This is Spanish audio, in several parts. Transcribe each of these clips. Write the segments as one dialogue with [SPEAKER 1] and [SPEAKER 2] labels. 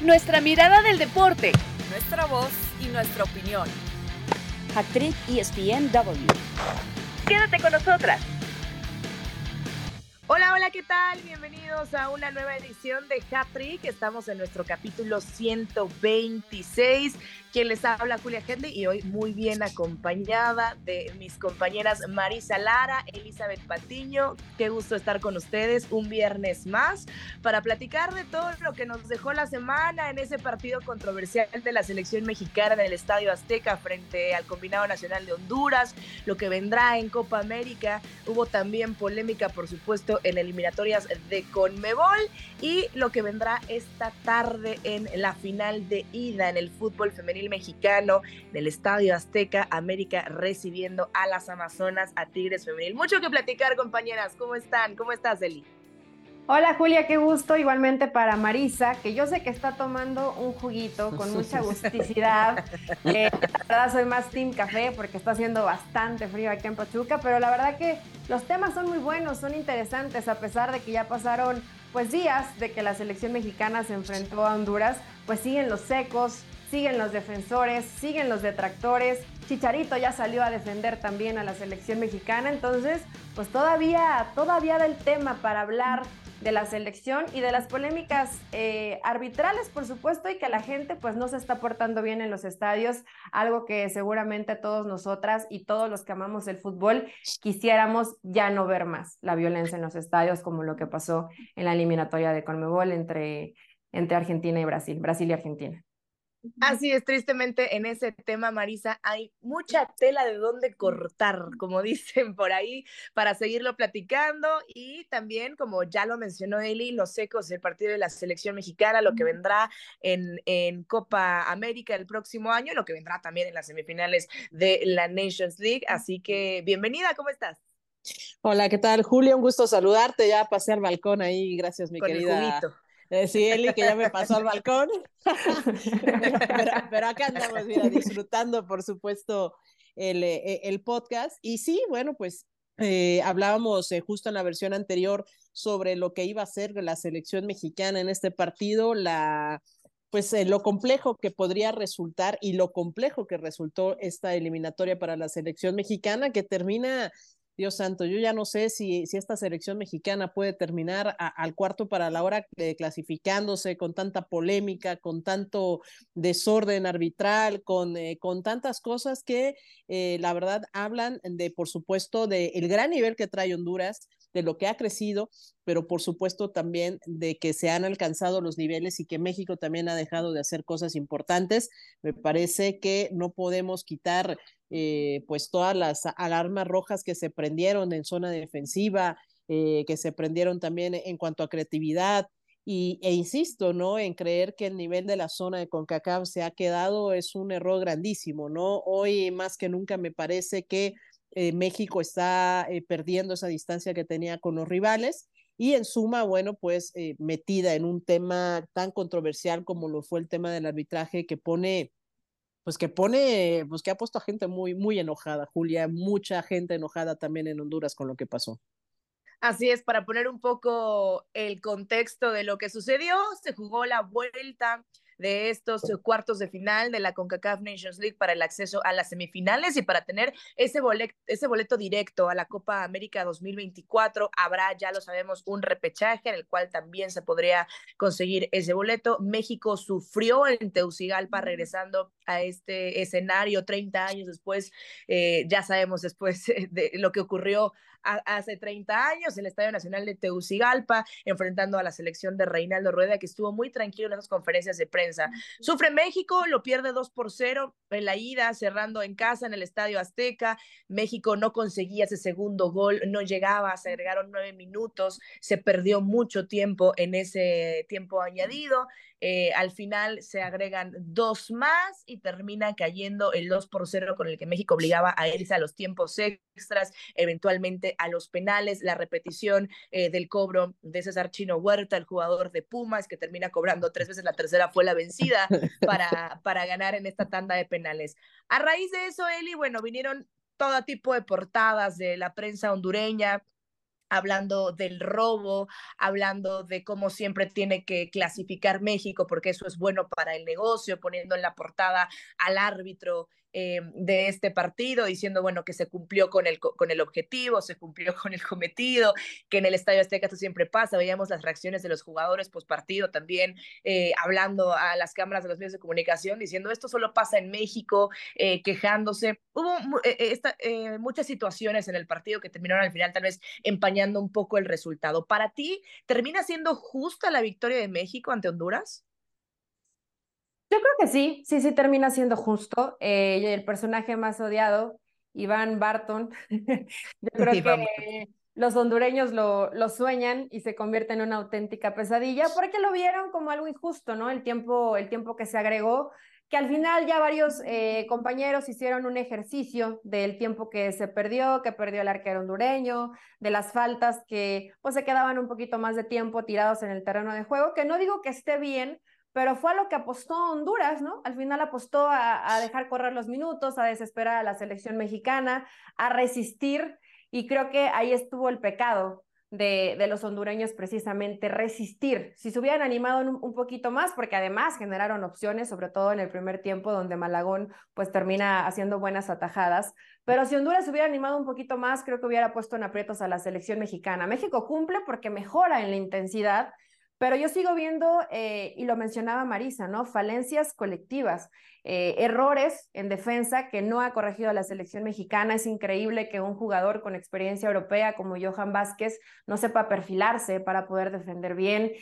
[SPEAKER 1] Nuestra mirada del deporte,
[SPEAKER 2] nuestra voz y nuestra opinión.
[SPEAKER 3] Hat-Trick ESPNW.
[SPEAKER 1] Quédate con nosotras.
[SPEAKER 4] Hola, hola, ¿qué tal? Bienvenidos a una nueva edición de Hat-Trick. Estamos en nuestro capítulo 126. Quien les habla, Julia Henley, y hoy muy bien acompañada de mis compañeras Marisa Lara, Elizabeth Patiño. Qué gusto estar con ustedes un viernes más para platicar de todo lo que nos dejó la semana en ese partido controversial de la selección mexicana en el Estadio Azteca frente al Combinado Nacional de Honduras, lo que vendrá en Copa América. Hubo también polémica, por supuesto, en eliminatorias de CONMEBOL y lo que vendrá esta tarde en la final de ida en el fútbol femenil mexicano del Estadio Azteca, América recibiendo a las Amazonas, a Tigres Femenil. Mucho que platicar, compañeras. ¿Cómo están? ¿Cómo estás, Eli?
[SPEAKER 5] Hola Julia, qué gusto, igualmente para Marisa, que yo sé que está tomando un juguito con mucha gusticidad. La verdad soy más team café porque está haciendo bastante frío aquí en Pachuca, pero la verdad que los temas son muy buenos, son interesantes, a pesar de que ya pasaron pues días de que la selección mexicana se enfrentó a Honduras, pues siguen los secos, siguen los defensores, siguen los detractores. Chicharito ya salió a defender también a la selección mexicana, entonces pues todavía del tema para hablar de la selección y de las polémicas arbitrales, por supuesto, y que la gente pues no se está portando bien en los estadios, algo que seguramente todos nosotras y todos los que amamos el fútbol quisiéramos ya no ver más, la violencia en los estadios, como lo que pasó en la eliminatoria de CONMEBOL entre Argentina y Brasil y Argentina.
[SPEAKER 4] Así es, tristemente en ese tema, Marisa, hay mucha tela de dónde cortar, como dicen por ahí, para seguirlo platicando. Y también, como ya lo mencionó Eli, los secos del partido de la selección mexicana, lo que vendrá en Copa América el próximo año, lo que vendrá también en las semifinales de la Nations League. Así que bienvenida, ¿cómo estás?
[SPEAKER 6] Hola, ¿qué tal, Julia? Un gusto saludarte. Ya pasé al balcón ahí, gracias, mi
[SPEAKER 4] Con el
[SPEAKER 6] querida.
[SPEAKER 4] juguito.
[SPEAKER 6] Sí, Eli, que ya me pasó al balcón. pero acá andamos, mira, disfrutando, por supuesto, el podcast. Y sí, bueno, pues hablábamos justo en la versión anterior sobre lo que iba a ser la selección mexicana en este partido, pues lo complejo que podría resultar y lo complejo que resultó esta eliminatoria para la selección mexicana, que termina, Dios santo, yo ya no sé si esta selección mexicana puede terminar al cuarto para la hora clasificándose con tanta polémica, con tanto desorden arbitral, con tantas cosas que la verdad hablan de, por supuesto, del gran nivel que trae Honduras, de lo que ha crecido, pero por supuesto también de que se han alcanzado los niveles y que México también ha dejado de hacer cosas importantes. Me parece que no podemos quitar pues todas las alarmas rojas que se prendieron en zona defensiva, que se prendieron también en cuanto a creatividad, e insisto, ¿no? En creer que el nivel de la zona de CONCACAF se ha quedado es un error grandísimo, ¿no? Hoy más que nunca me parece que México está perdiendo esa distancia que tenía con los rivales y en suma, bueno, pues metida en un tema tan controversial como lo fue el tema del arbitraje pues que ha puesto a gente muy, muy enojada, Julia, mucha gente enojada también en Honduras con lo que pasó.
[SPEAKER 4] Así es, para poner un poco el contexto de lo que sucedió, se jugó la vuelta de estos cuartos de final de la CONCACAF Nations League para el acceso a las semifinales y para tener ese boleto directo a la Copa América 2024. Habrá, ya lo sabemos, un repechaje en el cual también se podría conseguir ese boleto. México sufrió en Tegucigalpa regresando a este escenario 30 años después. Ya sabemos después de lo que ocurrió hace 30 años, el Estadio Nacional de Tegucigalpa, enfrentando a la selección de Reinaldo Rueda, que estuvo muy tranquilo en esas conferencias de prensa. Sufre México, lo pierde 2-0 en la ida, cerrando en casa en el Estadio Azteca. México no conseguía ese segundo gol, no llegaba, se agregaron 9 minutos, se perdió mucho tiempo en ese tiempo añadido. Al final se agregan 2 más y termina cayendo el 2-0 con el que México obligaba a irse a los tiempos extras, eventualmente a los penales, la repetición del cobro de César Chino Huerta, el jugador de Pumas, que termina cobrando 3 veces, la tercera fue la vencida para ganar en esta tanda de penales. A raíz de eso, Eli, bueno, vinieron todo tipo de portadas de la prensa hondureña, hablando del robo, hablando de cómo siempre tiene que clasificar México porque eso es bueno para el negocio, poniendo en la portada al árbitro de este partido, diciendo, bueno, que se cumplió con el objetivo, se cumplió con el cometido, que en el Estadio Azteca esto siempre pasa. Veíamos las reacciones de los jugadores post partido también, hablando a las cámaras de los medios de comunicación, diciendo, esto solo pasa en México, quejándose. Hubo muchas situaciones en el partido que terminaron al final tal vez empañando un poco el resultado. ¿Para ti termina siendo justa la victoria de México ante Honduras?
[SPEAKER 5] Yo creo que sí, sí, sí termina siendo justo. El personaje más odiado, Iván Barton, yo creo
[SPEAKER 4] Sí,
[SPEAKER 5] que
[SPEAKER 4] vamos.
[SPEAKER 5] los hondureños lo sueñan y se convierte en una auténtica pesadilla porque lo vieron como algo injusto, ¿no? El tiempo que se agregó, que al final ya varios compañeros hicieron un ejercicio del tiempo que perdió el arquero hondureño, de las faltas que pues se quedaban un poquito más de tiempo tirados en el terreno de juego, que no digo que esté bien, pero fue a lo que apostó Honduras, ¿no? Al final apostó a dejar correr los minutos, a desesperar a la selección mexicana, a resistir, y creo que ahí estuvo el pecado de los hondureños, precisamente resistir. Si se hubieran animado un poquito más, porque además generaron opciones, sobre todo en el primer tiempo, donde Malagón pues termina haciendo buenas atajadas, pero si Honduras se hubiera animado un poquito más, creo que hubiera puesto en aprietos a la selección mexicana. México cumple porque mejora en la intensidad, pero yo sigo viendo, y lo mencionaba Marisa, ¿no? Falencias colectivas, errores en defensa que no ha corregido la selección mexicana. Es increíble que un jugador con experiencia europea como Johan Vázquez no sepa perfilarse para poder defender bien.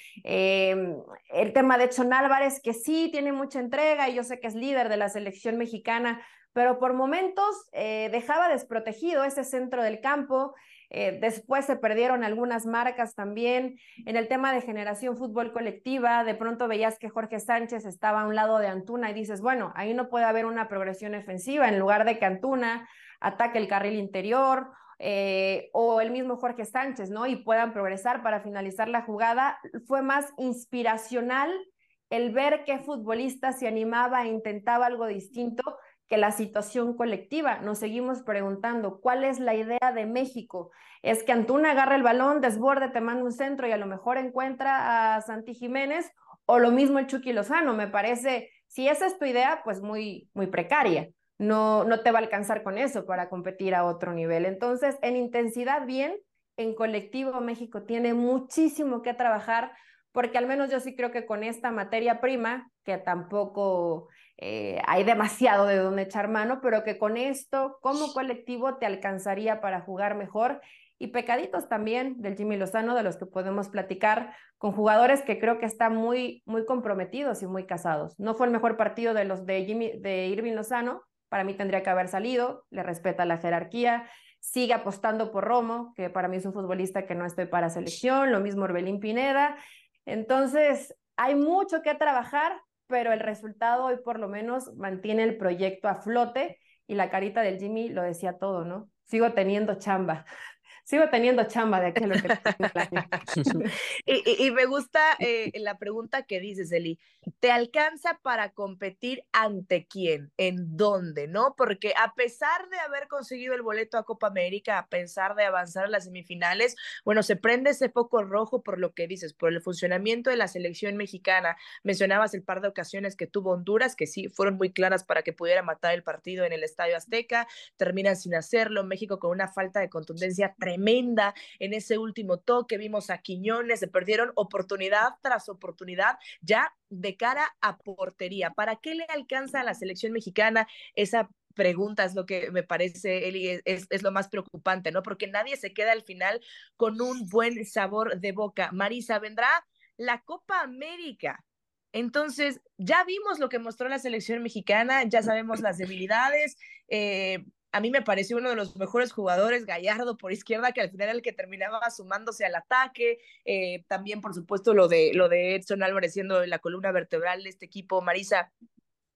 [SPEAKER 5] El tema de Edson Álvarez, que sí tiene mucha entrega y yo sé que es líder de la selección mexicana, pero por momentos dejaba desprotegido ese centro del campo. Después se perdieron algunas marcas también. En el tema de generación fútbol colectiva, de pronto veías que Jorge Sánchez estaba a un lado de Antuna y dices, bueno, ahí no puede haber una progresión ofensiva, en lugar de que Antuna ataque el carril interior, o el mismo Jorge Sánchez, ¿no? Y puedan progresar para finalizar la jugada. Fue más inspiracional el ver qué futbolista se animaba e intentaba algo distinto que la situación colectiva. Nos seguimos preguntando, ¿cuál es la idea de México? ¿Es que Antuna agarra el balón, desborde, te manda un centro y a lo mejor encuentra a Santi Jiménez? O lo mismo el Chucky Lozano. Me parece, si esa es tu idea, pues muy, muy precaria. No te va a alcanzar con eso para competir a otro nivel. Entonces, en intensidad, bien. En colectivo, México tiene muchísimo que trabajar, porque al menos yo sí creo que con esta materia prima, que tampoco hay demasiado de donde echar mano, pero que con esto como colectivo te alcanzaría para jugar mejor. Y pecaditos también del Jimmy Lozano, de los que podemos platicar, con jugadores que creo que están muy, muy comprometidos y muy casados. No fue el mejor partido de los de Irving Lozano, para mí tendría que haber salido, le respeta la jerarquía, sigue apostando por Romo, que para mí es un futbolista que no estoy para selección, lo mismo Orbelín Pineda. Entonces, hay mucho que trabajar, pero el resultado hoy por lo menos mantiene el proyecto a flote, y la carita del Jimmy lo decía todo, ¿no? Sigo teniendo chamba. Sigo teniendo chamba de aquí a lo que termine el año.
[SPEAKER 4] Y me gusta la pregunta que dices, Eli. ¿Te alcanza para competir ante quién? ¿En dónde? ¿No? Porque a pesar de haber conseguido el boleto a Copa América, a pesar de avanzar a las semifinales, bueno, se prende ese foco rojo por lo que dices, por el funcionamiento de la selección mexicana. Mencionabas el par de ocasiones que tuvo Honduras, que sí fueron muy claras para que pudiera matar el partido en el Estadio Azteca, terminan sin hacerlo. México con una falta de contundencia tremenda en ese último toque. Vimos a Quiñones, se perdieron oportunidad tras oportunidad ya de cara a portería. ¿Para qué le alcanza a la selección mexicana? Esa pregunta es lo que me parece, Eli, es lo más preocupante, ¿no? Porque nadie se queda al final con un buen sabor de boca. Marisa, vendrá la Copa América. Entonces, ya vimos lo que mostró la selección mexicana, ya sabemos las debilidades. A mí me pareció uno de los mejores jugadores, Gallardo por izquierda, que al final era el que terminaba sumándose al ataque. También, por supuesto, lo de Edson Álvarez siendo la columna vertebral de este equipo. Marisa,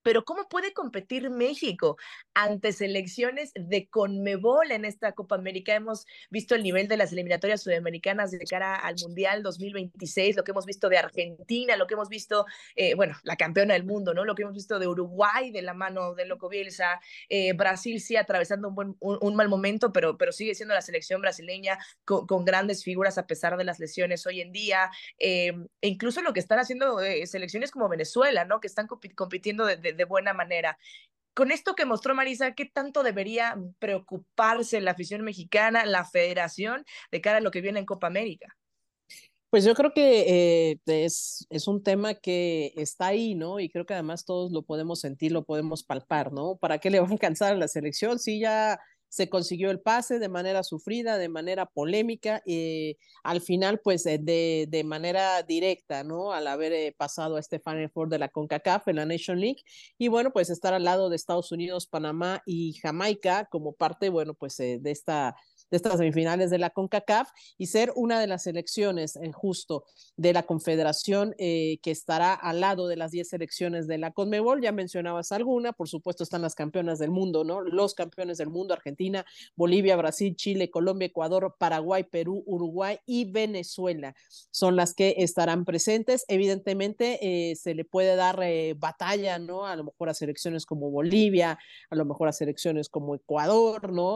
[SPEAKER 4] pero ¿cómo puede competir México ante selecciones de CONMEBOL en esta Copa América? Hemos visto el nivel de las eliminatorias sudamericanas de cara al Mundial 2026, lo que hemos visto de Argentina, lo que hemos visto, bueno, la campeona del mundo, ¿no? Lo que hemos visto de Uruguay de la mano de Loco Bielsa, Brasil sí atravesando un mal momento, pero sigue siendo la selección brasileña con grandes figuras a pesar de las lesiones hoy en día, e incluso lo que están haciendo selecciones como Venezuela, ¿no? Que están compitiendo de buena manera. Con esto que mostró Marisa, ¿qué tanto debería preocuparse la afición mexicana, la federación, de cara a lo que viene en Copa América?
[SPEAKER 6] Pues yo creo que es un tema que está ahí, ¿no? Y creo que además todos lo podemos sentir, lo podemos palpar, ¿no? ¿Para qué le va a alcanzar a la selección si ya se consiguió el pase de manera sufrida, de manera polémica, al final pues de manera directa, ¿no? Al haber pasado a este Final Four de la CONCACAF en la Nation League y bueno, pues estar al lado de Estados Unidos, Panamá y Jamaica como parte, bueno, pues de estas semifinales de la CONCACAF y ser una de las selecciones justo de la Confederación que estará al lado de las 10 selecciones de la CONMEBOL. Ya mencionabas alguna, por supuesto están las campeonas del mundo, ¿no? Los campeones del mundo, Argentina, Bolivia, Brasil, Chile, Colombia, Ecuador, Paraguay, Perú, Uruguay y Venezuela son las que estarán presentes. Evidentemente se le puede dar batalla, ¿no? A lo mejor a selecciones como Bolivia, a lo mejor a selecciones como Ecuador, ¿no?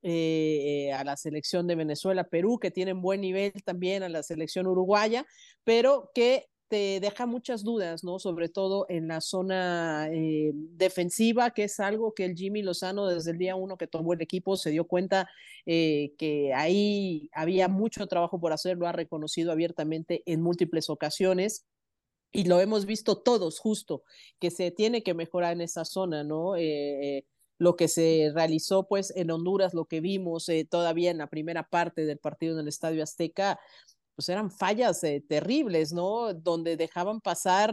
[SPEAKER 6] A la selección de Venezuela, Perú, que tienen buen nivel también, a la selección uruguaya, pero que te deja muchas dudas, ¿no? Sobre todo en la zona defensiva, que es algo que el Jimmy Lozano desde el día uno que tomó el equipo se dio cuenta que ahí había mucho trabajo por hacer, lo ha reconocido abiertamente en múltiples ocasiones. Y lo hemos visto todos, justo, que se tiene que mejorar en esa zona, ¿no? Lo que se realizó pues en Honduras, lo que vimos todavía en la primera parte del partido en el Estadio Azteca, pues eran fallas terribles, ¿no? Donde dejaban pasar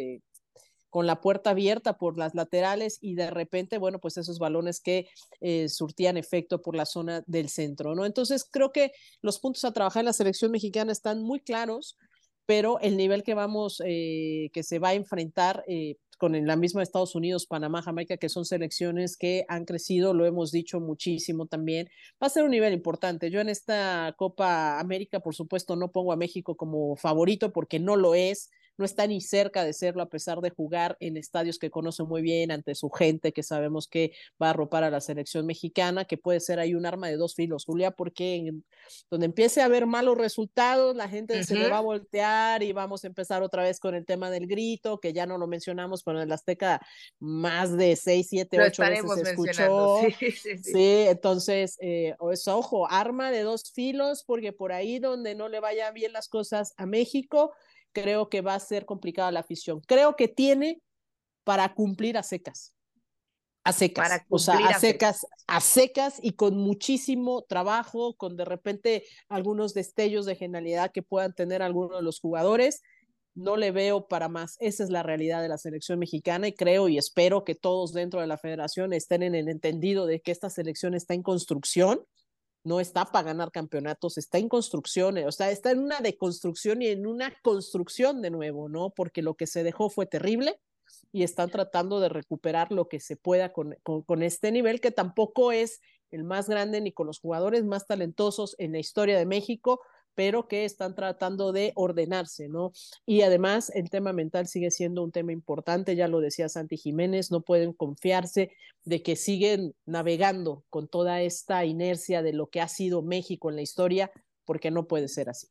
[SPEAKER 6] con la puerta abierta por las laterales y de repente, bueno, pues esos balones que surtían efecto por la zona del centro, ¿no? Entonces creo que los puntos a trabajar en la selección mexicana están muy claros, pero el nivel que vamos, que se va a enfrentar con la misma Estados Unidos, Panamá, Jamaica, que son selecciones que han crecido, lo hemos dicho muchísimo también, va a ser un nivel importante. Yo en esta Copa América, por supuesto, no pongo a México como favorito porque no lo es, no está ni cerca de serlo a pesar de jugar en estadios que conoce muy bien, ante su gente que sabemos que va a arropar a la selección mexicana, que puede ser ahí un arma de dos filos, Julia, porque donde empiece a haber malos resultados, la gente se le va a voltear y vamos a empezar otra vez con el tema del grito, que ya no lo mencionamos, pero en el Azteca más de 6, 7,
[SPEAKER 4] Lo
[SPEAKER 6] 8 veces
[SPEAKER 4] estaremos
[SPEAKER 6] se
[SPEAKER 4] mencionando,
[SPEAKER 6] escuchó.
[SPEAKER 4] sí.
[SPEAKER 6] Sí, entonces, ojo, arma de dos filos, porque por ahí donde no le vayan bien las cosas a México, creo que va a ser complicada la afición. Creo que tiene para cumplir a secas. A secas, o sea, a secas y con muchísimo trabajo, con de repente algunos destellos de genialidad que puedan tener algunos de los jugadores. No le veo para más. Esa es la realidad de la selección mexicana y creo y espero que todos dentro de la federación estén en el entendido de que esta selección está en construcción, no está para ganar campeonatos, está en construcción, o sea, está en una deconstrucción y en una construcción de nuevo, ¿no? Porque lo que se dejó fue terrible y están tratando de recuperar lo que se pueda con este nivel, que tampoco es el más grande ni con los jugadores más talentosos en la historia de México, pero que están tratando de ordenarse, ¿no? Y además el tema mental sigue siendo un tema importante, ya lo decía Santi Jiménez, no pueden confiarse de que siguen navegando con toda esta inercia de lo que ha sido México en la historia, porque no puede ser así.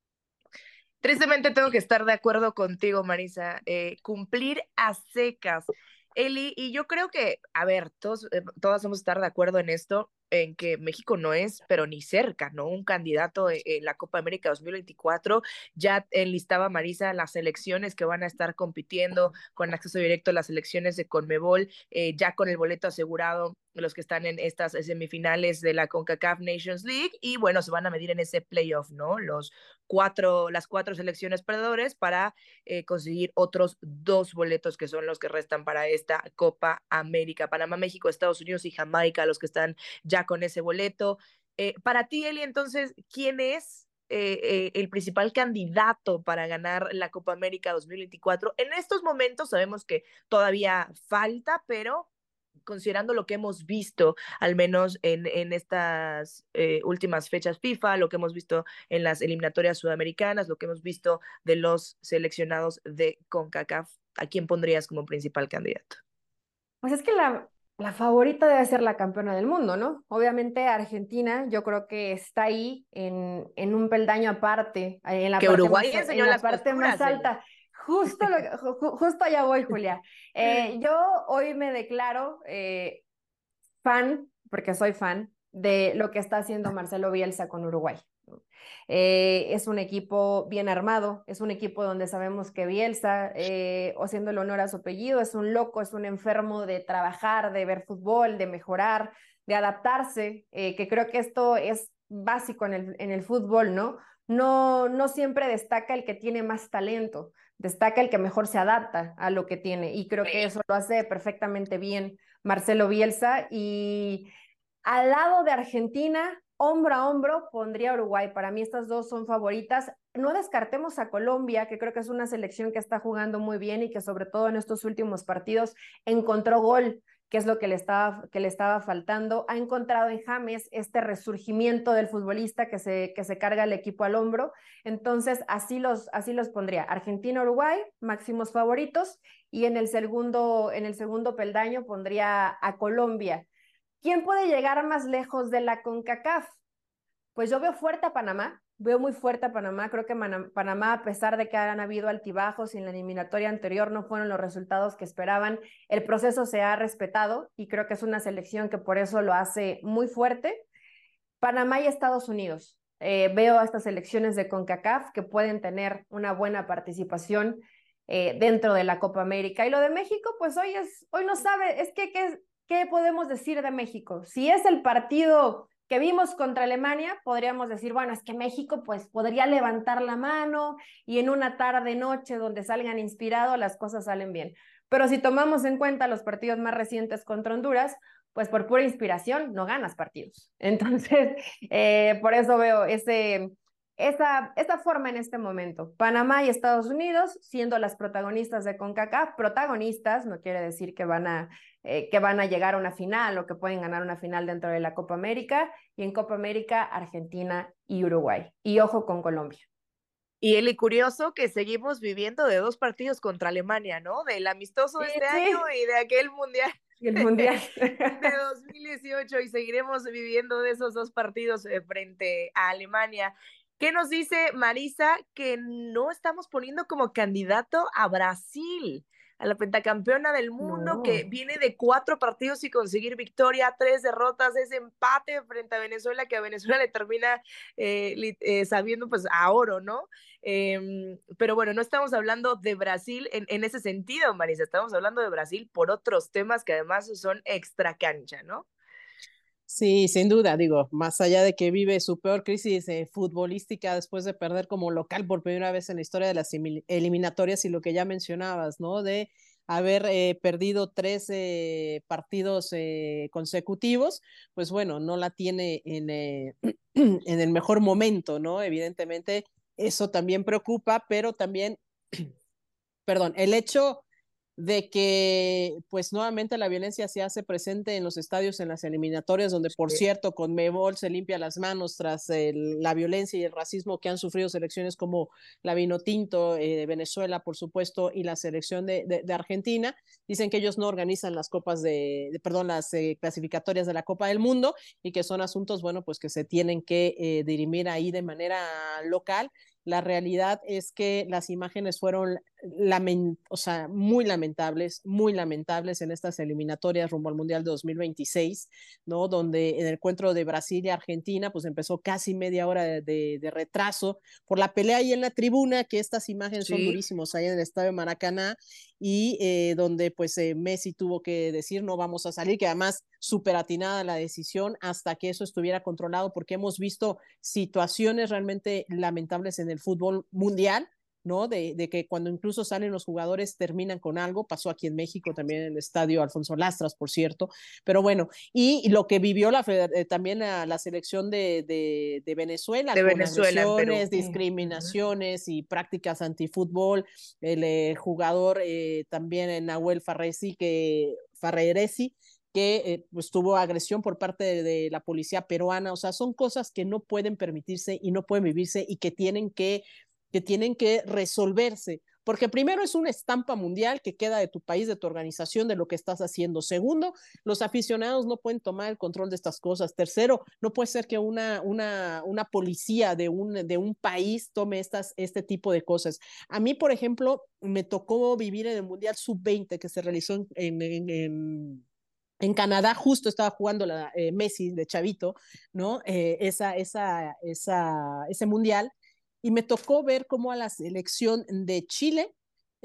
[SPEAKER 4] Tristemente tengo que estar de acuerdo contigo, Marisa. Cumplir a secas. Eli, y yo creo que, a ver, todas vamos a estar de acuerdo en esto, en que México no es, pero ni cerca, ¿no? Un candidato en la Copa América 2024. Ya enlistaba Marisa las selecciones que van a estar compitiendo con acceso directo a las selecciones de CONMEBOL, ya con el boleto asegurado, los que están en estas semifinales de la CONCACAF Nations League, y bueno, se van a medir en ese playoff, ¿no? Las cuatro selecciones perdedores para conseguir otros 2 boletos que son los que restan para esta Copa América. Panamá, México, Estados Unidos y Jamaica, los que están ya con ese boleto. Para ti, Eli, entonces, ¿quién es el principal candidato para ganar la Copa América 2024. En estos momentos sabemos que todavía falta, pero considerando lo que hemos visto, al menos en estas últimas fechas FIFA, lo que hemos visto en las eliminatorias sudamericanas, lo que hemos visto de los seleccionados de CONCACAF, ¿a quién pondrías como principal candidato?
[SPEAKER 5] Pues es que la favorita debe ser la campeona del mundo, ¿no? Obviamente Argentina, yo creo que está ahí en un peldaño aparte, en la
[SPEAKER 4] que
[SPEAKER 5] parte
[SPEAKER 4] Uruguay
[SPEAKER 5] más,
[SPEAKER 4] enseñó
[SPEAKER 5] en la
[SPEAKER 4] las
[SPEAKER 5] parte
[SPEAKER 4] costuras,
[SPEAKER 5] más alta. Justo, justo allá voy, Julia. Yo hoy me declaro fan, porque soy fan, de lo que está haciendo Marcelo Bielsa con Uruguay. Es un equipo bien armado, es un equipo donde sabemos que Bielsa, haciendo el honor a su apellido, es un loco, es un enfermo de trabajar, de ver fútbol, de mejorar, de adaptarse, que creo que esto es básico en el fútbol, ¿no? No siempre destaca el que tiene más talento, destaca el que mejor se adapta a lo que tiene, y creo que eso lo hace perfectamente bien Marcelo Bielsa. Y al lado de Argentina, hombro a hombro, pondría a Uruguay. Para mí estas dos son favoritas. No descartemos a Colombia, que creo que es una selección que está jugando muy bien y que sobre todo en estos últimos partidos encontró gol, que es lo que le estaba faltando. Ha encontrado en James este resurgimiento del futbolista que se carga el equipo al hombro. Entonces, así los pondría. Argentina, Uruguay, máximos favoritos. Y en el segundo peldaño pondría a Colombia. ¿Quién puede llegar más lejos de la CONCACAF? Pues yo veo fuerte a Panamá, veo muy fuerte a Panamá. Creo que Panamá, a pesar de que han habido altibajos y en la eliminatoria anterior no fueron los resultados que esperaban, el proceso se ha respetado y creo que es una selección que por eso lo hace muy fuerte. Panamá y Estados Unidos. Veo a estas selecciones de CONCACAF que pueden tener una buena participación dentro de la Copa América. Y lo de México, pues hoy no sabe, es que ¿qué podemos decir de México? Si es el partido que vimos contra Alemania, podríamos decir, bueno, es que México pues podría levantar la mano y en una tarde, noche donde salgan inspirados, las cosas salen bien. Pero si tomamos en cuenta los partidos más recientes contra Honduras, pues por pura inspiración no ganas partidos. Entonces, por eso veo esta forma en este momento. Panamá y Estados Unidos siendo las protagonistas de CONCACAF. Protagonistas no quiere decir que van a llegar a una final o que pueden ganar una final dentro de la Copa América. Y en Copa América, Argentina y Uruguay. Y ojo con Colombia.
[SPEAKER 4] Y el curioso que seguimos viviendo de 2 partidos contra Alemania, ¿no? Del amistoso de este año y de aquel mundial.
[SPEAKER 5] Y el mundial.
[SPEAKER 4] De 2018, y seguiremos viviendo de esos 2 partidos frente a Alemania. ¿Qué nos dice Marisa? Que no estamos poniendo como candidato a Brasil, a la pentacampeona del mundo, que viene de 4 partidos y conseguir victoria, 3 derrotas, ese empate frente a Venezuela, que a Venezuela le termina sabiendo pues a oro, ¿no? Pero bueno, no estamos hablando de Brasil en ese sentido, Marisa, estamos hablando de Brasil por otros temas que además son extra cancha, ¿no?
[SPEAKER 6] Sí, sin duda, digo, más allá de que vive su peor crisis futbolística después de perder como local por primera vez en la historia de las eliminatorias y lo que ya mencionabas, ¿no? De haber perdido 13 partidos consecutivos, pues bueno, no la tiene en el mejor momento, ¿no? Evidentemente, eso también preocupa, pero también, perdón, el hecho de que pues nuevamente la violencia se hace presente en los estadios, en las eliminatorias, donde por cierto CONMEBOL se limpia las manos tras la violencia y el racismo que han sufrido selecciones como la Vinotinto de Venezuela, por supuesto, y la selección de Argentina. Dicen que ellos no organizan las copas las clasificatorias de la Copa del Mundo y que son asuntos, bueno, pues que se tienen que dirimir ahí de manera local. La realidad es que las imágenes fueron muy lamentables en estas eliminatorias rumbo al Mundial de 2026, ¿no? Donde en el encuentro de Brasil y Argentina, pues empezó casi media hora de retraso por la pelea ahí en la tribuna, que estas imágenes son durísimos ahí en el Estadio Maracaná, y donde pues Messi tuvo que decir no vamos a salir, que además súper atinada la decisión hasta que eso estuviera controlado, porque hemos visto situaciones realmente lamentables en el fútbol mundial ¿no? De que cuando incluso salen los jugadores terminan con algo, pasó aquí en México también en el estadio Alfonso Lastras, por cierto, pero bueno, y lo que vivió también la selección de Venezuela,
[SPEAKER 4] De
[SPEAKER 6] con
[SPEAKER 4] Venezuela en Perú.
[SPEAKER 6] agresiones, discriminaciones y prácticas antifútbol, el jugador también Nahuel Farreresi, que pues tuvo agresión por parte de la policía peruana. O sea, son cosas que no pueden permitirse y no pueden vivirse y que tienen que resolverse. Porque primero es una estampa mundial que queda de tu país, de tu organización, de lo que estás haciendo. Segundo, los aficionados no pueden tomar el control de estas cosas. Tercero, no puede ser que una policía de un país tome este tipo de cosas. A mí, por ejemplo, me tocó vivir en el Mundial Sub-20 que se realizó en Canadá. Justo estaba jugando Messi de chavito, ¿no? Ese mundial, y me tocó ver cómo a la selección de Chile,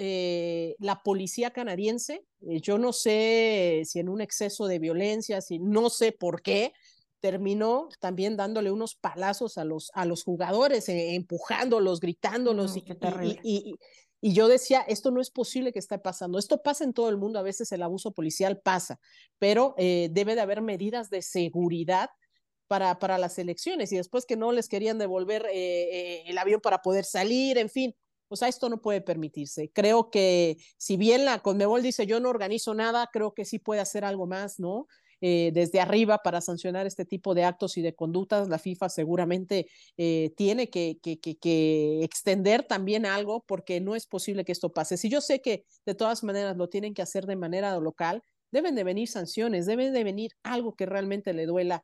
[SPEAKER 6] la policía canadiense, yo no sé si en un exceso de violencia, si no sé por qué, terminó también dándole unos palazos a los jugadores, empujándolos, gritándolos,
[SPEAKER 5] Qué terrible.
[SPEAKER 6] y yo decía, esto no es posible que esté pasando. Esto pasa en todo el mundo, a veces el abuso policial pasa, pero debe de haber medidas de seguridad para las elecciones, y después que no les querían devolver el avión para poder salir, en fin. O sea, esto no puede permitirse. Creo que si bien la Conmebol dice yo no organizo nada, creo que sí puede hacer algo más, ¿no? Desde arriba para sancionar este tipo de actos y de conductas. La FIFA seguramente tiene que extender también algo, porque no es posible que esto pase. Si yo sé que de todas maneras lo tienen que hacer de manera local, deben de venir sanciones, deben de venir algo que realmente le duela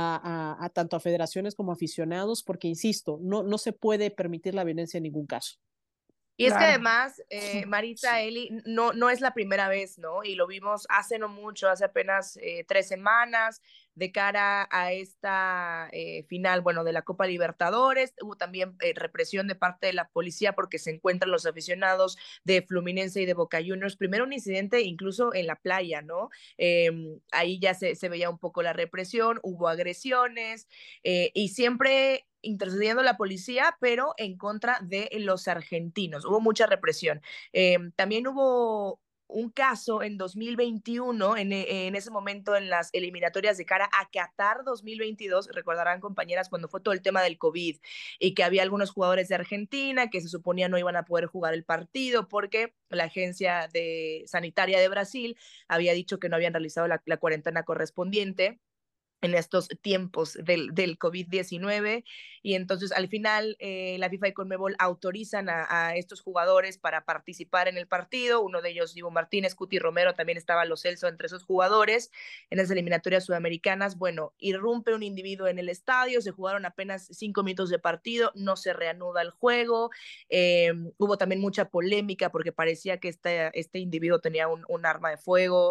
[SPEAKER 6] a tanto a federaciones como a aficionados, porque insisto, no se puede permitir la violencia en ningún caso.
[SPEAKER 4] Y es que
[SPEAKER 5] Claro.
[SPEAKER 4] además, Marisa, Eli, no es la primera vez, ¿no? Y lo vimos hace no mucho, hace apenas 3 semanas, de cara a esta final, bueno, de la Copa Libertadores. Hubo también represión de parte de la policía porque se encuentran los aficionados de Fluminense y de Boca Juniors. Primero un incidente incluso en la playa, ¿no? Ahí ya se veía un poco la represión, hubo agresiones, y siempre intercediendo la policía, pero en contra de los argentinos. Hubo mucha represión. También hubo un caso en 2021, en ese momento en las eliminatorias de cara a Qatar 2022, recordarán compañeras cuando fue todo el tema del COVID y que había algunos jugadores de Argentina que se suponía no iban a poder jugar el partido porque la agencia sanitaria de Brasil había dicho que no habían realizado la cuarentena correspondiente en estos tiempos del COVID-19, y entonces al final la FIFA y Conmebol autorizan a estos jugadores para participar en el partido. Uno de ellos, Diego Martínez, Cuti Romero, también estaba Lo Celso entre esos jugadores en las eliminatorias sudamericanas. Bueno, irrumpe un individuo en el estadio, se jugaron apenas 5 minutos de partido, no se reanuda el juego. Hubo también mucha polémica porque parecía que este individuo tenía un arma de fuego.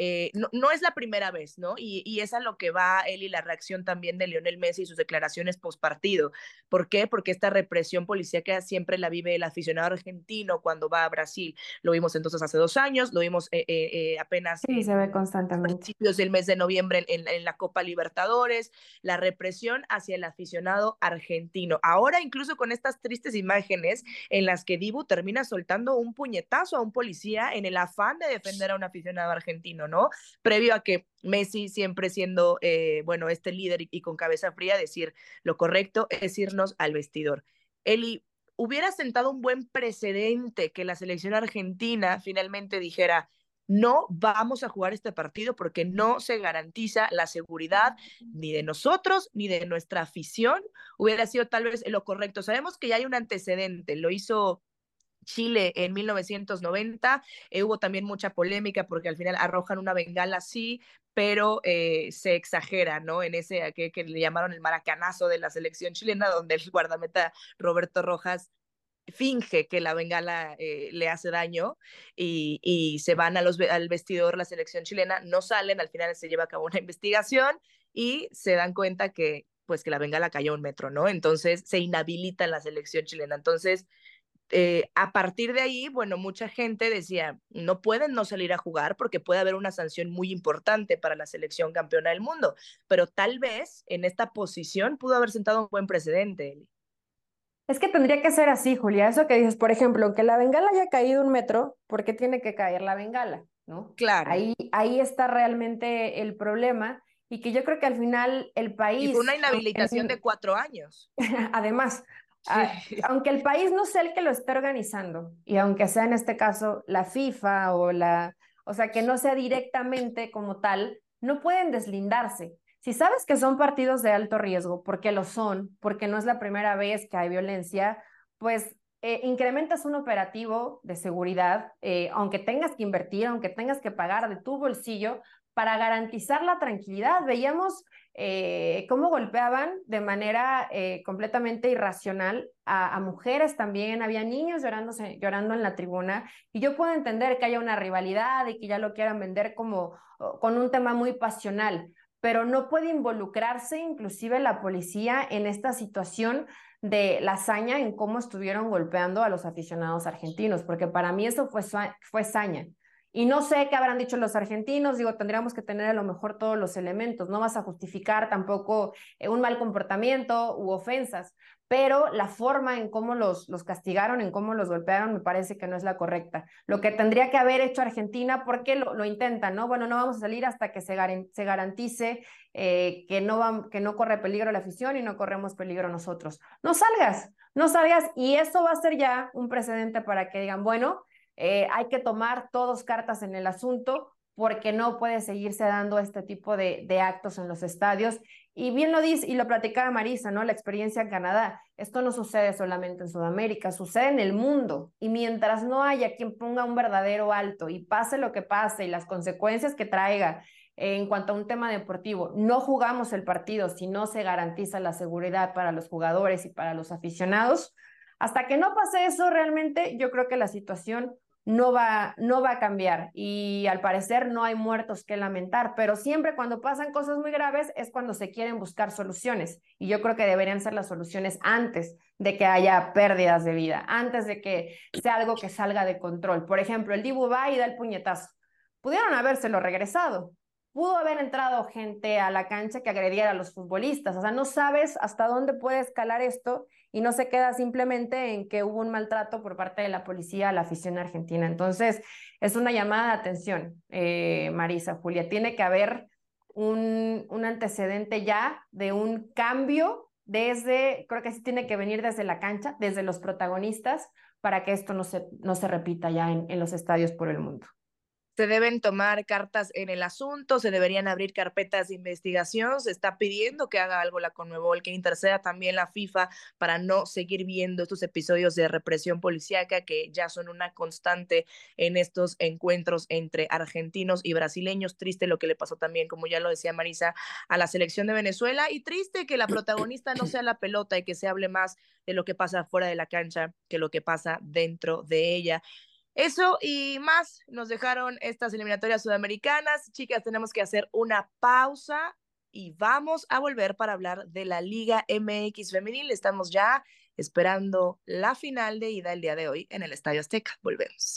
[SPEAKER 4] No es la primera vez, ¿no? Y es a lo que va él, y la reacción también de Lionel Messi y sus declaraciones post partido. ¿Por qué? Porque esta represión policíaca siempre la vive el aficionado argentino cuando va a Brasil. Lo vimos entonces hace 2 años, lo vimos apenas
[SPEAKER 5] Sí, se ve constantemente.
[SPEAKER 4] principios del mes de noviembre en la Copa Libertadores, la represión hacia el aficionado argentino. Ahora incluso con estas tristes imágenes en las que Dibu termina soltando un puñetazo a un policía en el afán de defender a un aficionado argentino, ¿no? Previo a que Messi, siempre siendo, bueno, este líder y con cabeza fría, decir lo correcto es irnos al vestidor. Eli, hubiera sentado un buen precedente que la selección argentina finalmente dijera: no vamos a jugar este partido porque no se garantiza la seguridad ni de nosotros ni de nuestra afición. Hubiera sido tal vez lo correcto. Sabemos que ya hay un antecedente, lo hizo Chile en 1990, hubo también mucha polémica porque al final arrojan una bengala, sí, pero se exagera, ¿no? En ese que le llamaron el maracanazo de la selección chilena, donde el guardameta Roberto Rojas finge que la bengala le hace daño, y se van al vestidor la selección chilena, no salen, al final se lleva a cabo una investigación y se dan cuenta que pues que la bengala cayó 1 metro, ¿no? Entonces se inhabilita la selección chilena. Entonces, a partir de ahí, bueno, mucha gente decía, no pueden no salir a jugar porque puede haber una sanción muy importante para la selección campeona del mundo, pero tal vez en esta posición pudo haber sentado un buen precedente, Eli.
[SPEAKER 5] Es que tendría que ser así, Julia. Eso que dices, por ejemplo, aunque la bengala haya caído 1 metro, ¿por qué tiene que caer la bengala? ¿No?
[SPEAKER 4] Claro.
[SPEAKER 5] Ahí está realmente el problema y que yo creo que al final el
[SPEAKER 4] Y fue una
[SPEAKER 5] país,
[SPEAKER 4] inhabilitación de 4 años.
[SPEAKER 5] además,
[SPEAKER 4] Sí.
[SPEAKER 5] aunque el país no sea el que lo esté organizando y aunque sea en este caso la FIFA o sea, que no sea directamente como tal, no pueden deslindarse. Si sabes que son partidos de alto riesgo, porque lo son, porque no es la primera vez que hay violencia, pues incrementas un operativo de seguridad, aunque tengas que invertir, aunque tengas que pagar de tu bolsillo para garantizar la tranquilidad. Veíamos cómo golpeaban de manera completamente irracional a mujeres también, había niños llorando en la tribuna, y yo puedo entender que haya una rivalidad y que ya lo quieran vender como con un tema muy pasional, pero no puede involucrarse inclusive la policía en esta situación de la saña en cómo estuvieron golpeando a los aficionados argentinos, porque para mí eso fue saña. Y no sé qué habrán dicho los argentinos, digo, tendríamos que tener a lo mejor todos los elementos, no vas a justificar tampoco un mal comportamiento u ofensas, pero la forma en cómo los castigaron, en cómo los golpearon, me parece que no es la correcta. Lo que tendría que haber hecho Argentina, porque lo intentan, ¿no? Bueno, no vamos a salir hasta que se garantice que no corre peligro la afición y no corremos peligro nosotros. No salgas, no salgas, y eso va a ser ya un precedente para que digan, bueno, hay que tomar todos cartas en el asunto porque no puede seguirse dando este tipo de actos en los estadios. Y bien lo dice, y lo platicaba Marisa, ¿no? La experiencia en Canadá. Esto no sucede solamente en Sudamérica, sucede en el mundo. Y mientras no haya quien ponga un verdadero alto y pase lo que pase y las consecuencias que traiga en cuanto a un tema deportivo, no jugamos el partido si no se garantiza la seguridad para los jugadores y para los aficionados. Hasta que no pase eso, realmente yo creo que la situación no va a cambiar, y al parecer no hay muertos que lamentar, pero siempre cuando pasan cosas muy graves es cuando se quieren buscar soluciones, y yo creo que deberían ser las soluciones antes de que haya pérdidas de vida, antes de que sea algo que salga de control. Por ejemplo, el Dibu va y da el puñetazo. Pudieron habérselo regresado. Pudo haber entrado gente a la cancha que agrediera a los futbolistas. O sea, no sabes hasta dónde puede escalar esto y no se queda simplemente en que hubo un maltrato por parte de la policía a la afición argentina. Entonces, es una llamada de atención, Marisa, Julia. Tiene que haber un antecedente ya de un cambio creo que sí tiene que venir desde la cancha, desde los protagonistas, para que esto no se repita ya en los estadios por el mundo.
[SPEAKER 4] Se deben tomar cartas en el asunto, se deberían abrir carpetas de investigación, se está pidiendo que haga algo la Conmebol, que interceda también la FIFA para no seguir viendo estos episodios de represión policíaca que ya son una constante en estos encuentros entre argentinos y brasileños. Triste lo que le pasó también, como ya lo decía Marisa, a la selección de Venezuela, y triste que la protagonista no sea la pelota y que se hable más de lo que pasa fuera de la cancha que lo que pasa dentro de ella. Eso y más nos dejaron estas eliminatorias sudamericanas. Chicas, tenemos que hacer una pausa y vamos a volver para hablar de la Liga MX Femenil. Estamos ya esperando la final de ida el día de hoy en el Estadio Azteca. Volvemos.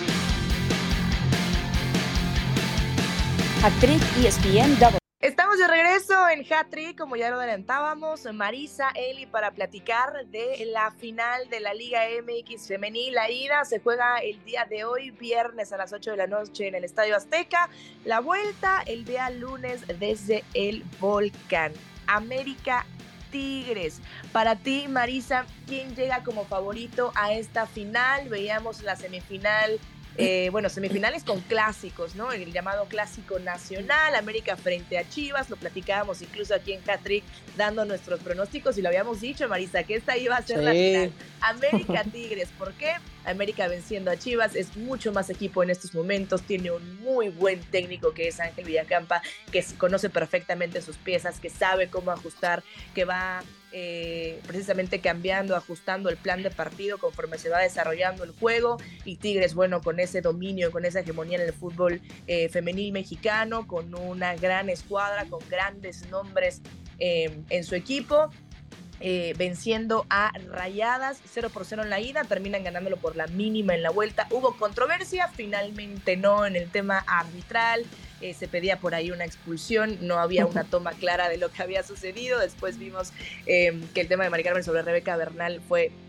[SPEAKER 3] Hat-Trick ESPN W.
[SPEAKER 4] Estamos de regreso en Hat-Trick, como ya lo adelantábamos, Marisa, Eli, para platicar de la final de la Liga MX Femenil. La ida se juega el día de hoy, viernes a las 8 de la noche en el Estadio Azteca. La vuelta el día lunes desde el Volcán. América Tigres. Para ti, Marisa, ¿quién llega como favorito a esta final? Veíamos la semifinal. Semifinales con clásicos, ¿no? El llamado clásico nacional, América frente a Chivas, lo platicábamos incluso aquí en Hat-Trick, dando nuestros pronósticos, y lo habíamos dicho, Marisa, que esta iba a ser la final. América Tigres, ¿por qué? América venciendo a Chivas, es mucho más equipo en estos momentos, tiene un muy buen técnico que es Ángel Villacampa, que conoce perfectamente sus piezas, que sabe cómo ajustar, que va precisamente cambiando, ajustando el plan de partido conforme se va desarrollando el juego. Y Tigres, bueno, con ese dominio, con esa hegemonía en el fútbol femenil mexicano, con una gran escuadra, con grandes nombres en su equipo, venciendo a Rayadas 0-0 en la ida, terminan ganándolo por la mínima en la vuelta. Hubo controversia, finalmente no en el tema arbitral, se pedía por ahí una expulsión, no había una toma clara de lo que había sucedido. Después vimos que el tema de Mari Carmen sobre Rebeca Bernal fue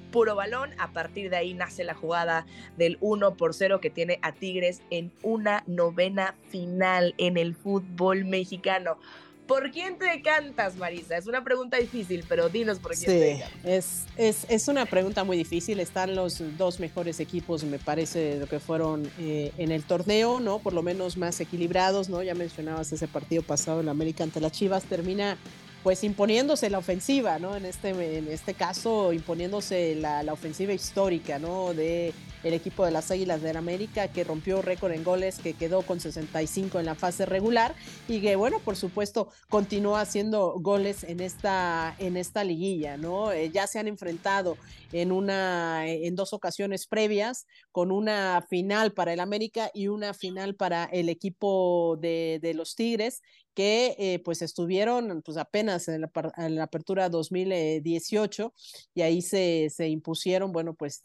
[SPEAKER 4] puro balón. A partir de ahí nace la jugada del 1-0 que tiene a Tigres en una novena final en el fútbol mexicano. ¿Por quién te decantas, Marisa? Es una pregunta difícil, pero dinos por quién te decantas.
[SPEAKER 6] Es una pregunta muy difícil. Están los dos mejores equipos, me parece, lo que fueron en el torneo, ¿no? Por lo menos más equilibrados, ¿no? Ya mencionabas ese partido pasado, el América ante las Chivas, termina pues imponiéndose la ofensiva, ¿no? En este caso, imponiéndose la ofensiva histórica, ¿no? De el equipo de las Águilas del América, que rompió récord en goles, que quedó con 65 en la fase regular y que, bueno, por supuesto, continúa haciendo goles en esta liguilla, ¿no? Ya se han enfrentado en dos ocasiones previas, con una final para el América y una final para el equipo de los Tigres, que pues estuvieron pues apenas en la apertura 2018 y ahí se impusieron, bueno, pues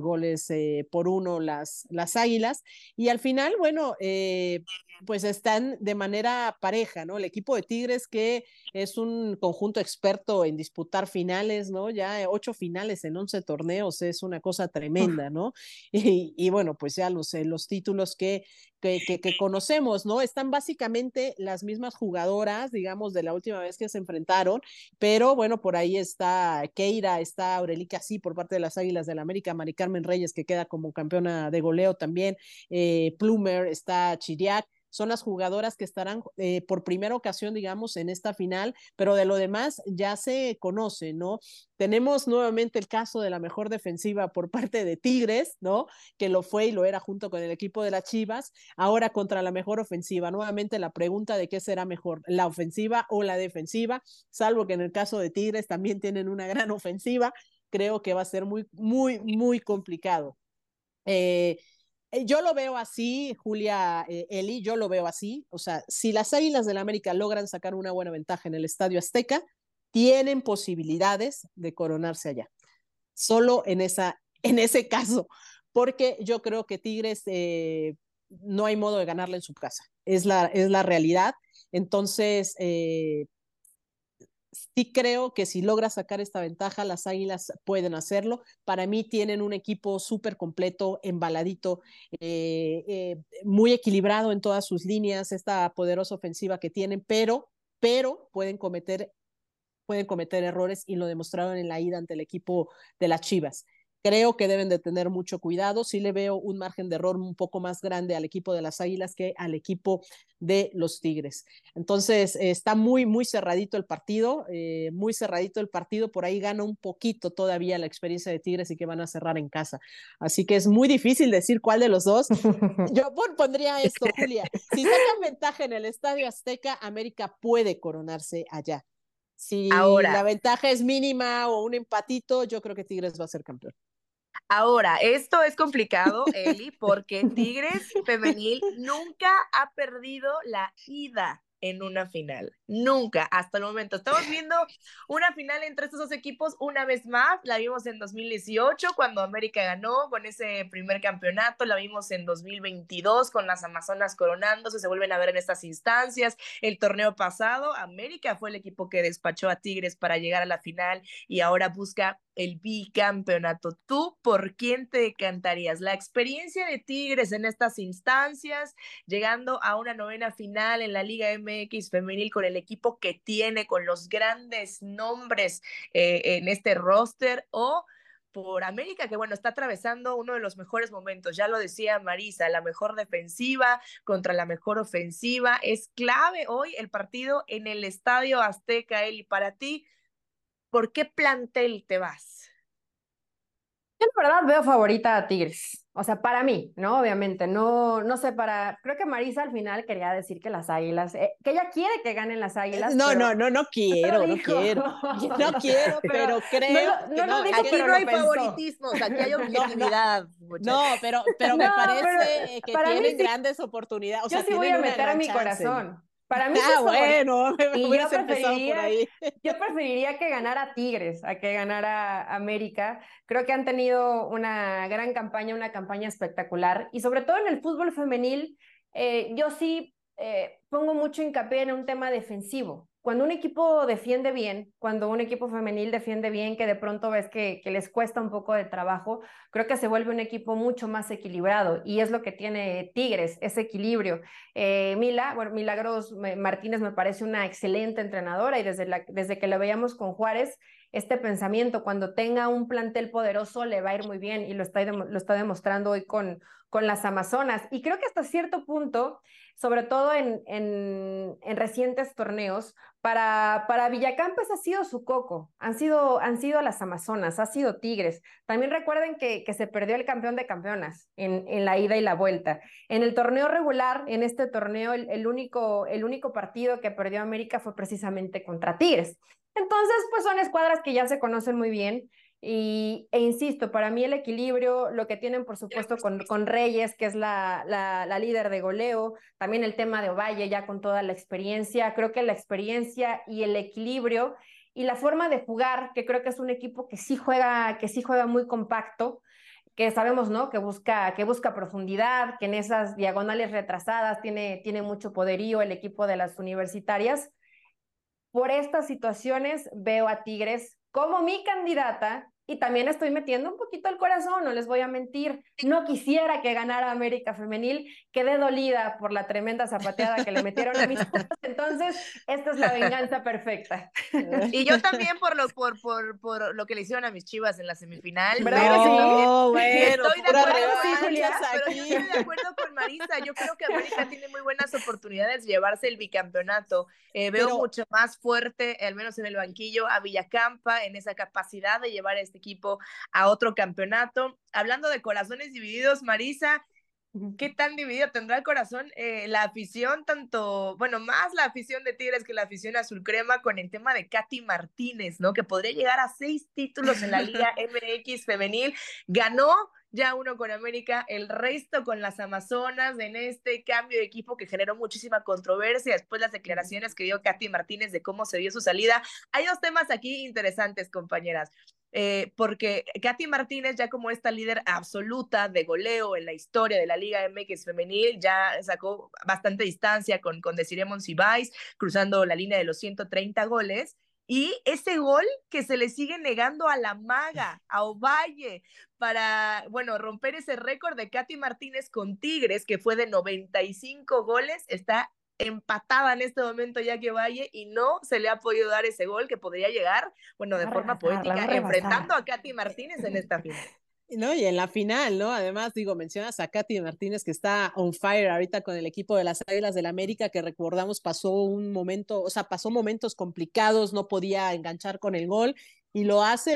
[SPEAKER 6] 3-1 las Águilas y al final, bueno, pues están de manera pareja, ¿no? El equipo de Tigres, que es un conjunto experto en disputar finales, ¿no? Ya 8 finales en 11 torneos, es una cosa tremenda, ¿no? Y bueno, pues ya los títulos que conocemos, ¿no? Están básicamente las mismas jugadoras, digamos, de la última vez que se enfrentaron, pero bueno, por ahí está Keira, está Aurelica Sí por parte de las Águilas del América, Mari Carmen Reyes, que queda como campeona de goleo también, Plumer, está Chiriac, son las jugadoras que estarán por primera ocasión, digamos, en esta final, pero de lo demás ya se conoce, ¿no? Tenemos nuevamente el caso de la mejor defensiva por parte de Tigres, ¿no? Que lo fue y lo era junto con el equipo de las Chivas, ahora contra la mejor ofensiva. Nuevamente la pregunta de qué será mejor, la ofensiva o la defensiva, salvo que en el caso de Tigres también tienen una gran ofensiva, creo que va a ser muy, muy, muy complicado. Yo lo veo así, Julia, Eli, yo lo veo así. O sea, si las Águilas del América logran sacar una buena ventaja en el Estadio Azteca, tienen posibilidades de coronarse allá. Solo en ese caso, porque yo creo que Tigres no hay modo de ganarle en su casa. Es la realidad. Entonces, sí creo que si logra sacar esta ventaja, las Águilas pueden hacerlo. Para mí tienen un equipo súper completo, embaladito, muy equilibrado en todas sus líneas, esta poderosa ofensiva que tienen, pero pueden cometer errores y lo demostraron en la ida ante el equipo de las Chivas. Creo que deben de tener mucho cuidado. Sí le veo un margen de error un poco más grande al equipo de las Águilas que al equipo de los Tigres. Entonces, está muy, muy cerradito el partido, muy cerradito el partido. Por ahí gana un poquito todavía la experiencia de Tigres y que van a cerrar en casa. Así que es muy difícil decir cuál de los dos. Yo pondría esto, Julia. Si sacan ventaja en el Estadio Azteca, América puede coronarse allá. Si
[SPEAKER 4] Ahora,
[SPEAKER 6] la ventaja es mínima o un empatito, yo creo que Tigres va a ser campeón.
[SPEAKER 4] Ahora, esto es complicado, Eli, porque Tigres femenil nunca ha perdido la ida en una final. Nunca, hasta el momento. Estamos viendo una final entre estos dos equipos una vez más. La vimos en 2018 cuando América ganó con ese primer campeonato. La vimos en 2022 con las Amazonas coronándose. Se vuelven a ver en estas instancias. El torneo pasado, América fue el equipo que despachó a Tigres para llegar a la final y ahora busca el bicampeonato. ¿Tú por quién te decantarías? La experiencia de Tigres en estas instancias, llegando a una novena final en la Liga MX femenil con el equipo que tiene, con los grandes nombres en este roster, o por América, que bueno, está atravesando uno de los mejores momentos, ya lo decía Marisa, la mejor defensiva contra la mejor ofensiva. Es clave hoy el partido en el Estadio Azteca, Eli. Para ti, ¿por qué plantel te vas?
[SPEAKER 5] Yo la verdad veo favorita a Tigres. O sea, para mí, ¿no? Obviamente, no sé creo que Marisa al final quería decir que las Águilas, que ella quiere que ganen las Águilas,
[SPEAKER 6] No,
[SPEAKER 5] pero
[SPEAKER 6] no quiero, no quiero. No quiero, pero creo
[SPEAKER 5] no lo dijo,
[SPEAKER 4] Aquí
[SPEAKER 5] pero
[SPEAKER 4] no
[SPEAKER 5] lo
[SPEAKER 4] hay
[SPEAKER 5] pensó.
[SPEAKER 4] favoritismos, aquí hay objetividad.
[SPEAKER 6] No, pero
[SPEAKER 5] No,
[SPEAKER 6] me
[SPEAKER 5] pero
[SPEAKER 6] parece que
[SPEAKER 5] para mí
[SPEAKER 6] tienen
[SPEAKER 5] sí,
[SPEAKER 6] grandes oportunidades, o
[SPEAKER 5] yo
[SPEAKER 6] sea,
[SPEAKER 5] sí voy
[SPEAKER 6] tienen
[SPEAKER 5] a
[SPEAKER 6] una
[SPEAKER 5] meter a
[SPEAKER 6] gran
[SPEAKER 5] mi
[SPEAKER 6] chance.
[SPEAKER 5] corazón. Para mí sí es favorita.
[SPEAKER 6] Bueno,
[SPEAKER 5] Y
[SPEAKER 6] hubieras empezado por ahí.
[SPEAKER 5] yo preferiría que ganara Tigres a que ganara América. Creo que han tenido una gran campaña, una campaña espectacular. Y sobre todo en el fútbol femenil, yo sí pongo mucho hincapié en un tema defensivo. cuando un equipo defiende bien, cuando un equipo femenil defiende bien, que de pronto ves que les cuesta un poco de trabajo, creo que se vuelve un equipo mucho más equilibrado y es lo que tiene Tigres, ese equilibrio. Milagros Martínez me parece una excelente entrenadora y desde que la veíamos con Juárez, este pensamiento, cuando tenga un plantel poderoso, le va a ir muy bien y lo está demostrando hoy con las Amazonas. Y creo que hasta cierto punto, sobre todo en recientes torneos, para Villacampos ha sido su coco, han sido las Amazonas, ha sido Tigres. También recuerden que se perdió el campeón de campeonas en la ida y la vuelta. En el torneo regular, en este torneo, el único partido que perdió América fue precisamente contra Tigres. Entonces, pues son escuadras que ya se conocen muy bien e insisto, para mí el equilibrio, lo que tienen por supuesto con Reyes, que es la líder de goleo, también el tema de Ovalle ya con toda la experiencia, creo que la experiencia y el equilibrio y la forma de jugar, que creo que es un equipo que sí juega muy compacto, que sabemos, ¿no? Que busca profundidad, que en esas diagonales retrasadas tiene mucho poderío el equipo de las universitarias. Por estas situaciones veo a Tigres como mi candidata y también estoy metiendo un poquito el corazón, no les voy a mentir. No quisiera que ganara América Femenil, quedé dolida por la tremenda zapateada que le metieron a mis Pumas, entonces esta es la venganza perfecta.
[SPEAKER 4] Y yo también por lo que le hicieron a mis Chivas en la semifinal.
[SPEAKER 5] ¿Verdad
[SPEAKER 4] Pero
[SPEAKER 5] que sí?
[SPEAKER 6] Bueno,
[SPEAKER 4] estoy de
[SPEAKER 6] pura
[SPEAKER 4] acuerdo,
[SPEAKER 6] revanchas
[SPEAKER 4] pero
[SPEAKER 6] aquí.
[SPEAKER 4] yo estoy de acuerdo con Marisa. Yo creo que América tiene muy buenas oportunidades de llevarse el bicampeonato. Veo mucho más fuerte, al menos en el banquillo, a Villacampa en esa capacidad de llevar a este equipo a otro campeonato. Hablando de corazones divididos, Marisa, ¿qué tan dividido tendrá el corazón la afición, más la afición de Tigres que la afición azul crema con el tema de Katy Martínez, ¿no? Que podría llegar a 6 títulos en la Liga MX femenil, ganó ya uno con América, el resto con las Amazonas, en este cambio de equipo que generó muchísima controversia, después las declaraciones que dio Katy Martínez de cómo se dio su salida. Hay dos temas aquí interesantes, compañeras. Porque Katy Martínez, ya como esta líder absoluta de goleo en la historia de la Liga MX femenil, ya sacó bastante distancia con Desiree Monsiváis, cruzando la línea de los 130 goles, y ese gol que se le sigue negando a la maga, a Ovalle, para, romper ese récord de Katy Martínez con Tigres, que fue de 95 goles, está empatada en este momento Jackie Ovalle y no se le ha podido dar ese gol que podría llegar, de forma poética, enfrentando a Katy Martínez en esta final.
[SPEAKER 6] No, y en la final, ¿no? Además, mencionas a Katy Martínez que está on fire ahorita con el equipo de las Águilas del América, que recordamos pasó momentos complicados, no podía enganchar con el gol, y lo hace,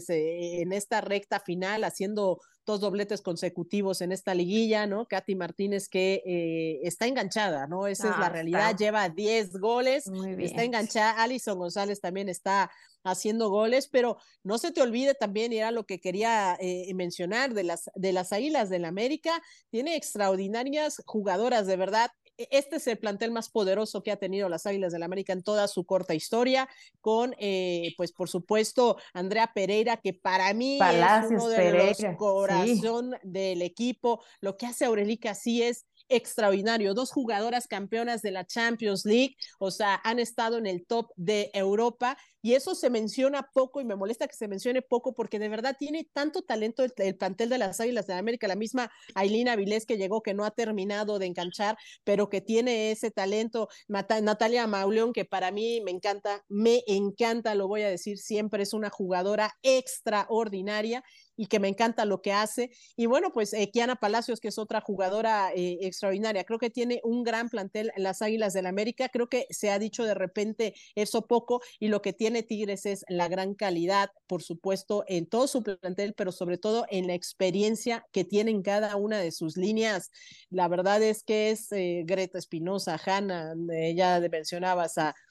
[SPEAKER 6] en esta recta final, haciendo 2 dobletes consecutivos en esta liguilla, ¿no? Katy Martínez que está enganchada, ¿no? Esa es la realidad, lleva 10 goles, está enganchada. Alison González también está haciendo goles, pero no se te olvide también, y era lo que quería mencionar, de las Águilas del América, tiene extraordinarias jugadoras, de verdad. Este es el plantel más poderoso que ha tenido las Águilas del América en toda su corta historia, con, por supuesto, Andrea Pereira, que para mí
[SPEAKER 5] Palacios,
[SPEAKER 6] es uno de los corazón del equipo. Lo que hace Aurelica sí es extraordinario. 2 jugadoras campeonas de la Champions League, o sea, han estado en el top de Europa, y eso se menciona poco, y me molesta que se mencione poco, porque de verdad tiene tanto talento el plantel de las Águilas de América. La misma Ailín Avilés, que llegó, que no ha terminado de enganchar, pero que tiene ese talento. Natalia Mauleón, que para mí me encanta, lo voy a decir siempre, es una jugadora extraordinaria y que me encanta lo que hace. Y Kiana Palacios, que es otra jugadora extraordinaria. Creo que tiene un gran plantel en las Águilas del América. Creo que se ha dicho de repente eso poco, y lo que tiene Tigres es la gran calidad, por supuesto, en todo su plantel, pero sobre todo en la experiencia que tienen cada una de sus líneas. La verdad es que es Greta Espinosa, Hanna, ya mencionabas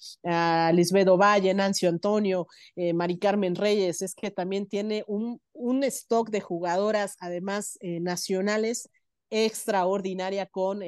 [SPEAKER 6] a Lisbeth Ovalle, Nancy Antonio, Mari Carmen Reyes. Es que también tiene un stock de jugadoras, además nacionales, extraordinaria, con,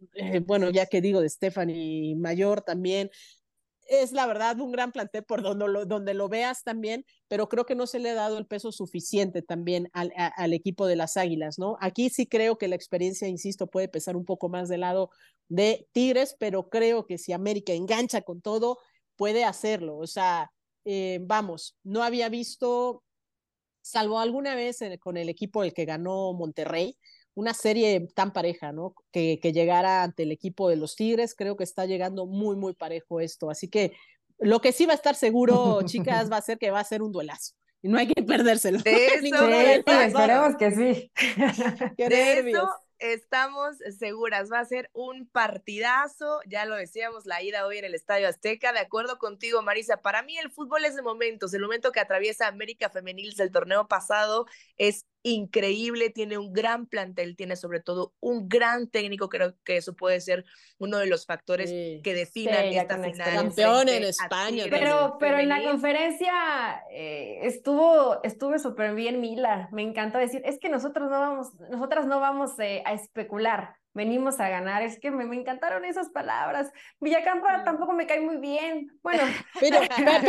[SPEAKER 6] ya que digo, de Stephanie Mayor también. Es la verdad un gran plantel por donde lo veas también, pero creo que no se le ha dado el peso suficiente también al equipo de las Águilas, ¿no? Aquí sí creo que la experiencia, insisto, puede pesar un poco más del lado de Tigres, pero creo que si América engancha con todo, puede hacerlo. O sea, vamos, no había visto, salvo alguna vez con el equipo el que ganó Monterrey, una serie tan pareja, ¿no? Que llegara ante el equipo de los Tigres. Creo que está llegando muy, muy parejo esto. Así que lo que sí va a estar seguro, chicas, va a ser que va a ser un duelazo. Y no hay que perdérselo.
[SPEAKER 4] De eso,
[SPEAKER 5] esperemos que sí.
[SPEAKER 6] Qué
[SPEAKER 4] de
[SPEAKER 6] nervios.
[SPEAKER 4] eso estamos seguras. Va a ser un partidazo. Ya lo decíamos, la ida hoy en el Estadio Azteca. De acuerdo contigo, Marisa. Para mí el fútbol es de momentos. El momento que atraviesa América Femenil del torneo pasado es increíble, tiene un gran plantel, tiene sobre todo un gran técnico. Creo que eso puede ser uno de los factores que definan esta final.
[SPEAKER 6] Campeón en España.
[SPEAKER 5] Pero en la conferencia estuvo súper bien Mila. Me encantó decir, es que nosotras no vamos a especular, venimos a ganar. Es que me encantaron esas palabras. Villacampa tampoco me cae muy bien. Bueno.
[SPEAKER 6] Pero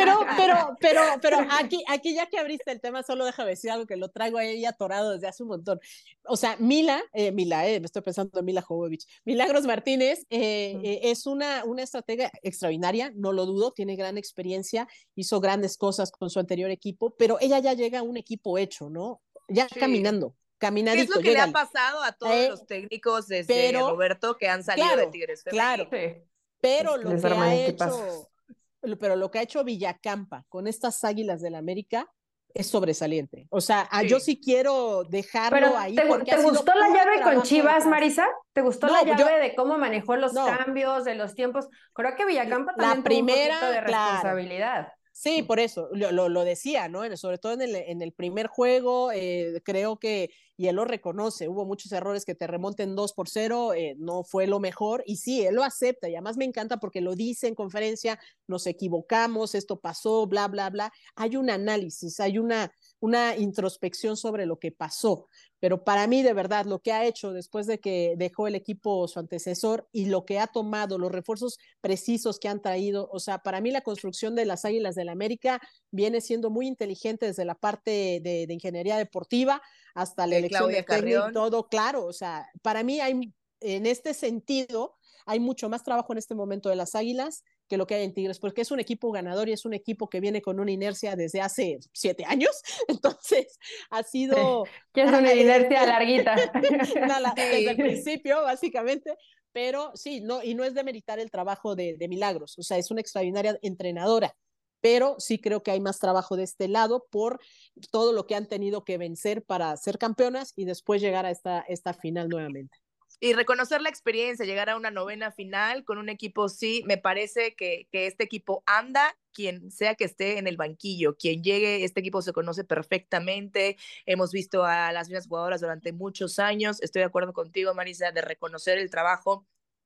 [SPEAKER 6] aquí ya que abriste el tema, solo déjame decir algo que lo traigo ahí atorado desde hace un montón. O sea, me estoy pensando en Mila Jovovich. Milagros Martínez es una estratega extraordinaria, no lo dudo, tiene gran experiencia, hizo grandes cosas con su anterior equipo, pero ella ya llega a un equipo hecho, ¿no? Ya caminando. Caminadito,
[SPEAKER 4] ¿qué es lo que le ha pasado a todos los técnicos desde Roberto que han salido de Tigres Femenil? Claro,
[SPEAKER 6] pero lo que ha hecho Villacampa con estas Águilas del América es sobresaliente. O sea, yo sí quiero dejarlo ahí.
[SPEAKER 5] ¿Te gustó la llave con Chivas, Marisa? ¿Te gustó la llave de cómo manejó los cambios, de los tiempos? Creo que Villacampa también tuvo un poquito de responsabilidad.
[SPEAKER 6] Sí, por eso, lo decía, ¿no? Sobre todo en el primer juego, creo que, y él lo reconoce, hubo muchos errores que te remonten 2-0, no fue lo mejor, y sí, él lo acepta, y además me encanta porque lo dice en conferencia, nos equivocamos, esto pasó, bla, bla, bla. Hay un análisis, hay una introspección sobre lo que pasó, pero para mí, de verdad, lo que ha hecho después de que dejó el equipo su antecesor y lo que ha tomado, los refuerzos precisos que han traído, o sea, para mí la construcción de las Águilas del América viene siendo muy inteligente desde la parte de ingeniería deportiva hasta la elección de técnico, todo claro, o sea, para mí en este sentido hay mucho más trabajo en este momento de las Águilas que lo que hay en Tigres, porque es un equipo ganador y es un equipo que viene con una inercia desde hace 7 años, entonces ha sido...
[SPEAKER 5] Que es una inercia larguita.
[SPEAKER 6] Desde el principio, básicamente, pero sí, y no es demeritar el trabajo de Milagros, o sea, es una extraordinaria entrenadora, pero sí creo que hay más trabajo de este lado por todo lo que han tenido que vencer para ser campeonas y después llegar a esta final nuevamente.
[SPEAKER 4] Y reconocer la experiencia, llegar a una 9ª final con un equipo, sí, me parece que este equipo anda, quien sea que esté en el banquillo, quien llegue, este equipo se conoce perfectamente, hemos visto a las mismas jugadoras durante muchos años, estoy de acuerdo contigo, Marisa, de reconocer el trabajo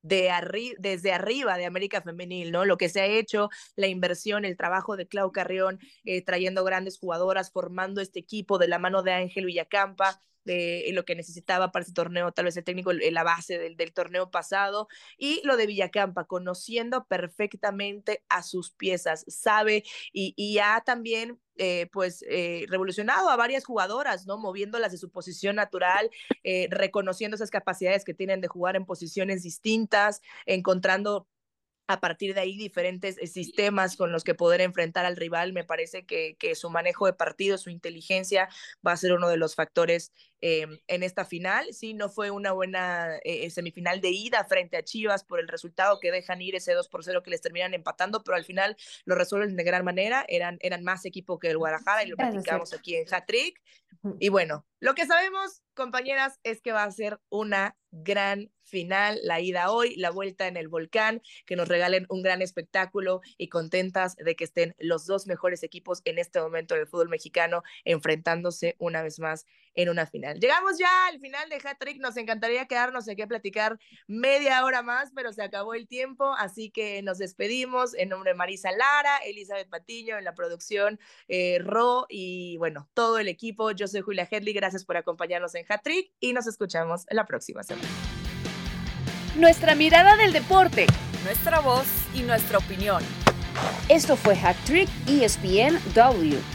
[SPEAKER 4] desde arriba de América Femenil, ¿no? Lo que se ha hecho, la inversión, el trabajo de Clau Carrión, trayendo grandes jugadoras, formando este equipo de la mano de Ángel Villacampa, de lo que necesitaba para este torneo, tal vez el técnico, la base del torneo pasado, y lo de Villacampa, conociendo perfectamente a sus piezas, sabe y ha también revolucionado a varias jugadoras, ¿no? Moviéndolas de su posición natural, reconociendo esas capacidades que tienen de jugar en posiciones distintas, encontrando a partir de ahí diferentes sistemas con los que poder enfrentar al rival. Me parece que su manejo de partido, su inteligencia va a ser uno de los factores en esta final. Sí, no fue una buena semifinal de ida frente a Chivas por el resultado que dejan ir, ese 2-0 que les terminan empatando, pero al final lo resuelven de gran manera, eran más equipo que el Guadalajara y lo platicamos aquí en Hat-Trick. Y bueno, lo que sabemos, compañeras, es que va a ser una gran final, la ida hoy, la vuelta en el Volcán, que nos regalen un gran espectáculo y contentas de que estén los dos mejores equipos en este momento del fútbol mexicano enfrentándose una vez más en una final. Llegamos ya al final de Hat-Trick, nos encantaría quedarnos aquí a platicar media hora más, pero se acabó el tiempo, así que nos despedimos en nombre de Marisa Lara, Elizabeth Patiño en la producción, Ro y bueno, todo el equipo. Yo soy Julia Hedley, gracias por acompañarnos en Hat-Trick y nos escuchamos la próxima semana.
[SPEAKER 1] Nuestra mirada del deporte,
[SPEAKER 2] nuestra voz y nuestra opinión.
[SPEAKER 3] Esto fue Hat-Trick ESPN W.